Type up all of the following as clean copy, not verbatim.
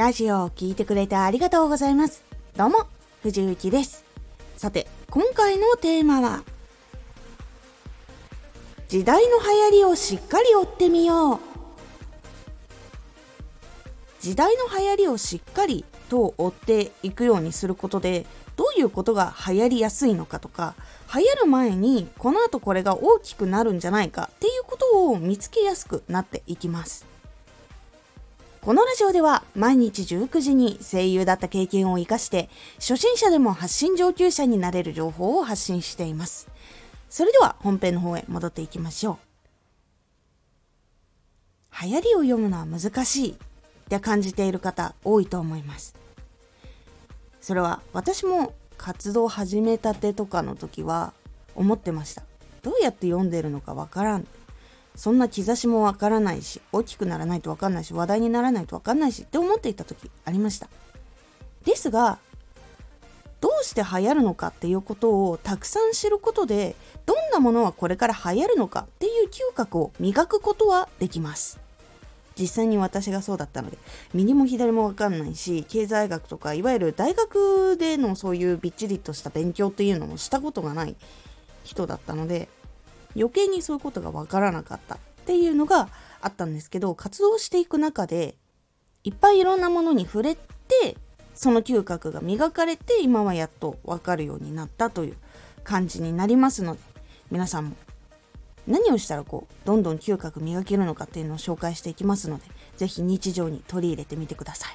ラジオを聞いてくれてありがとうございます。どうも、藤幸です。さて、今回のテーマは、時代の流行りをしっかり追ってみよう。時代の流行りをしっかりと追っていくようにすることで、どういうことが流行りやすいのかとか、流行る前にこの後これが大きくなるんじゃないかっていうことを見つけやすくなっていきます。このラジオでは毎日19時に声優だった経験を生かして初心者でも発信上級者になれる情報を発信しています。それでは本編の方へ戻っていきましょう。流行りを読むのは難しいって感じている方多いと思います。それは私も活動始めたてとかの時は思ってました。どうやって読んでるのかわからん。そんな兆しもわからないし、大きくならないとわかんないし、話題にならないとわかんないしって思っていた時ありました。ですが、どうして流行るのかっていうことをたくさん知ることで、どんなものはこれから流行るのかっていう嗅覚を磨くことはできます。実際に私がそうだったので、右も左もわかんないし、経済学とかいわゆる大学でのそういうびっちりとした勉強っていうのもしたことがない人だったので、余計にそういうことがわからなかったっていうのがあったんですけど、活動していく中でいっぱいいろんなものに触れて、その嗅覚が磨かれて、今はやっとわかるようになったという感じになりますので、皆さんも何をしたらどんどん嗅覚磨けるのかっていうのを紹介していきますので、ぜひ日常に取り入れてみてください。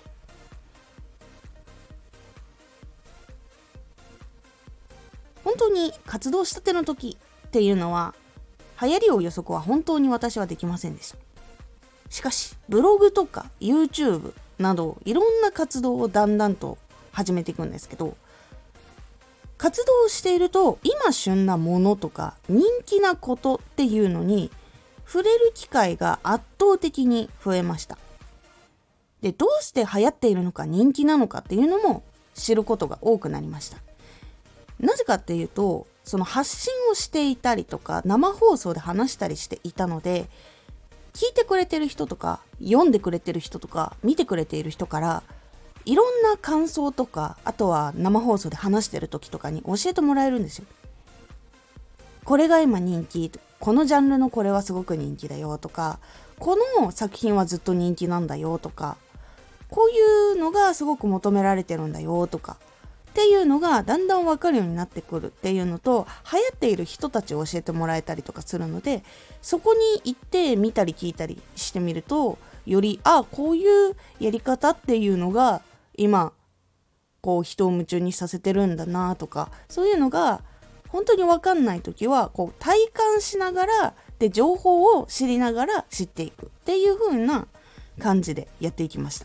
本当に活動したての時っていうのは、流行りを予測は本当に私はできませんでした。しかしブログとか YouTube などいろんな活動をだんだんと始めていくんですけど、活動をしていると今旬なものとか人気なことっていうのに触れる機会が圧倒的に増えました。で、どうして流行っているのか人気なのかっていうのも知ることが多くなりました。なぜかっていうと、その発信をしていたりとか生放送で話したりしていたので、聞いてくれてる人とか読んでくれてる人とか見てくれている人からいろんな感想とか、あとは生放送で話してる時とかに教えてもらえるんですよ。これが今人気、このジャンルのこれはすごく人気だよとか、この作品はずっと人気なんだよとか、こういうのがすごく求められてるんだよとかっていうのがだんだん分かるようになってくるっていうのと、流行っている人たちを教えてもらえたりとかするので、そこに行って見たり聞いたりしてみると、よりこういうやり方っていうのが今人を夢中にさせてるんだなとか、そういうのが本当に分かんない時は体感しながらで、情報を知りながら知っていくっていう風な感じでやっていきました。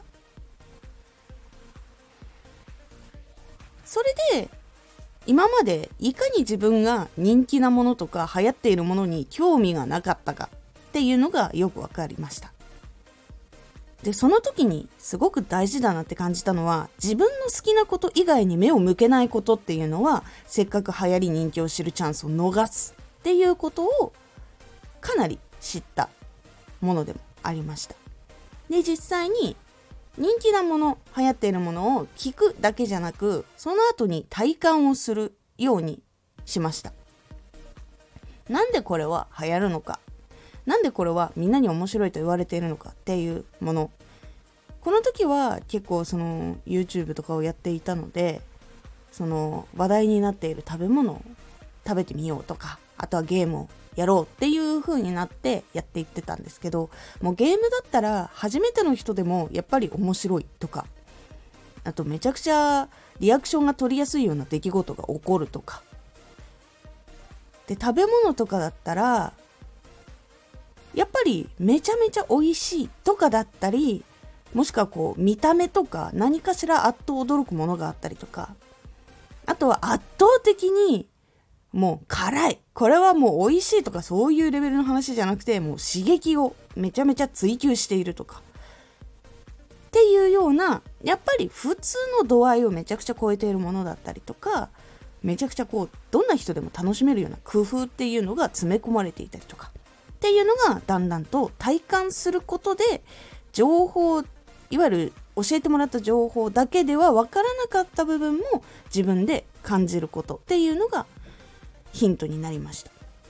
それで今までいかに自分が人気なものとか流行っているものに興味がなかったかっていうのがよくわかりました。で、その時にすごく大事だなって感じたのは、自分の好きなこと以外に目を向けないことっていうのは、せっかく流行り人気を知るチャンスを逃すっていうことをかなり知ったものでもありました。で、実際に人気なもの、流行っているものを聞くだけじゃなく、その後に体感をするようにしました。なんでこれは流行るのか、なんでこれはみんなに面白いと言われているのかっていうもの。この時は結構YouTube とかをやっていたので、話題になっている食べ物を食べてみようとか、あとはゲームをやろうっていう風になってやっていってたんですけど、もうゲームだったら初めての人でもやっぱり面白いとか、あとめちゃくちゃリアクションが取りやすいような出来事が起こるとかで、食べ物とかだったらやっぱりめちゃめちゃ美味しいとかだったり、もしくは見た目とか何かしらあっと驚くものがあったりとか、あとは圧倒的にもう辛い、これはもう美味しいとかそういうレベルの話じゃなくて、もう刺激をめちゃめちゃ追求しているとかっていうような、やっぱり普通の度合いをめちゃくちゃ超えているものだったりとか、めちゃくちゃどんな人でも楽しめるような工夫っていうのが詰め込まれていたりとかっていうのが、だんだんと体感することで情報、いわゆる教えてもらった情報だけでは分からなかった部分も自分で感じることっていうのがヒントになりました。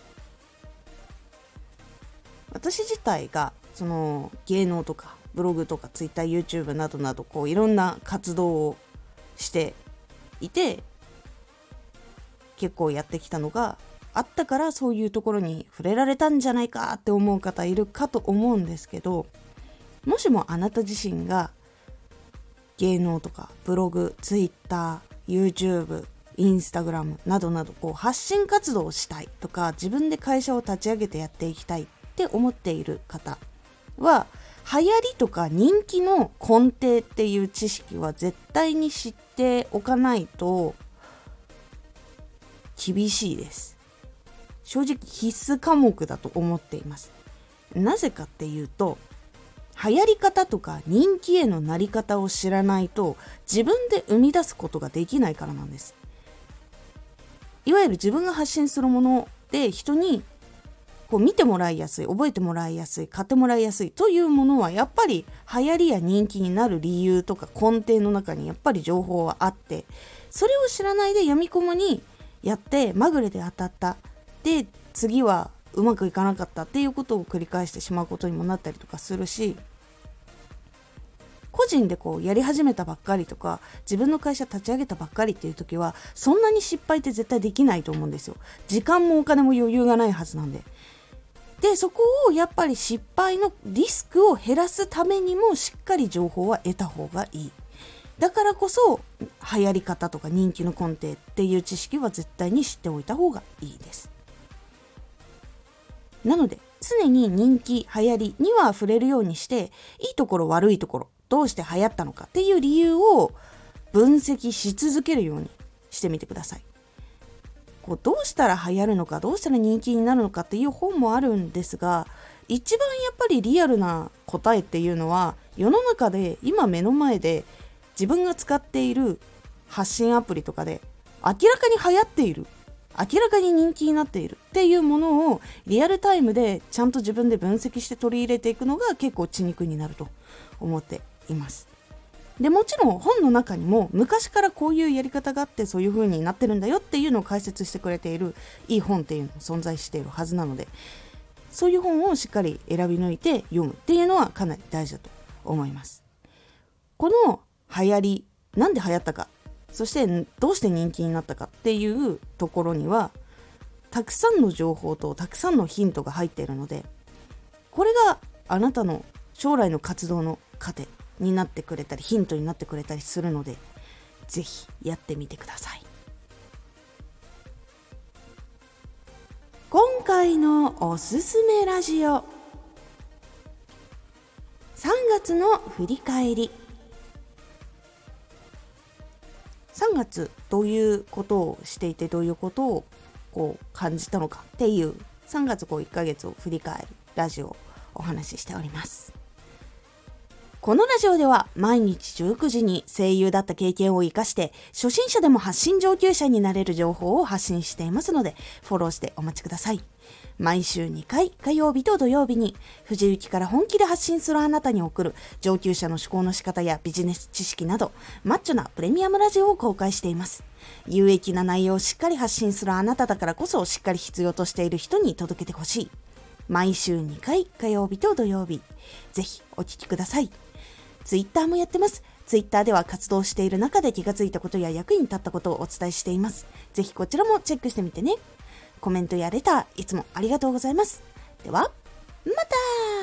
私自体がその芸能とかブログとかツイッター YouTube などなどいろんな活動をしていて、結構やってきたのがあったから、そういうところに触れられたんじゃないかって思う方いるかと思うんですけど、もしもあなた自身が芸能とかブログ、ツイッター、YouTube、インスタグラムなどなど発信活動をしたいとか、自分で会社を立ち上げてやっていきたいって思っている方は、流行りとか人気の根底っていう知識は絶対に知っておかないと厳しいです。正直必須科目だと思っています。なぜかっていうと、流行り方とか人気へのなり方を知らないと自分で生み出すことができないからなんです。いわゆる自分が発信するもので人に見てもらいやすい、覚えてもらいやすい、買ってもらいやすいというものは、やっぱり流行りや人気になる理由とか根底の中にやっぱり情報はあって、それを知らないでやみくもにやってまぐれで当たった、で次はうまくいかなかったっていうことを繰り返してしまうことにもなったりとかするし、個人でやり始めたばっかりとか、自分の会社立ち上げたばっかりっていう時は、そんなに失敗って絶対できないと思うんですよ。時間もお金も余裕がないはずなんで。でそこをやっぱり失敗のリスクを減らすためにもしっかり情報は得た方がいい。だからこそ流行り方とか人気の根底っていう知識は絶対に知っておいた方がいいです。なので常に人気流行りには触れるようにして、いいところ悪いところ、どうして流行ったのかっていう理由を分析し続けるようにしてみてください。どうしたら流行るのか、どうしたら人気になるのかっていう本もあるんですが、一番やっぱりリアルな答えっていうのは、世の中で今目の前で自分が使っている発信アプリとかで明らかに流行っている、明らかに人気になっているっていうものをリアルタイムでちゃんと自分で分析して取り入れていくのが結構血肉になると思っています。でもちろん本の中にも昔からこういうやり方があって、そういう風になってるんだよっていうのを解説してくれているいい本っていうのも存在しているはずなので、そういう本をしっかり選び抜いて読むっていうのはかなり大事だと思います。この流行り、なんで流行ったか、そしてどうして人気になったかっていうところにはたくさんの情報とたくさんのヒントが入っているので、これがあなたの将来の活動の糧になってくれたりヒントになってくれたりするので、ぜひやってみてください。今回のおすすめラジオ、3月の振り返り。3月どういうことをしていて、どういうことを感じたのかっていう3月1ヶ月を振り返るラジオをお話ししております。このラジオでは毎日19時に声優だった経験を生かして初心者でも発信上級者になれる情報を発信していますので、フォローしてお待ちください。毎週2回、火曜日と土曜日に藤雪から本気で発信するあなたに送る上級者の思考の仕方やビジネス知識などマッチョなプレミアムラジオを公開しています。有益な内容をしっかり発信するあなただからこそ、しっかり必要としている人に届けてほしい。毎週2回、火曜日と土曜日、ぜひお聞きください。ツイッターもやってます。ツイッターでは活動している中で気がついたことや役に立ったことをお伝えしています。ぜひこちらもチェックしてみてね。コメントやレターいつもありがとうございます。ではまた。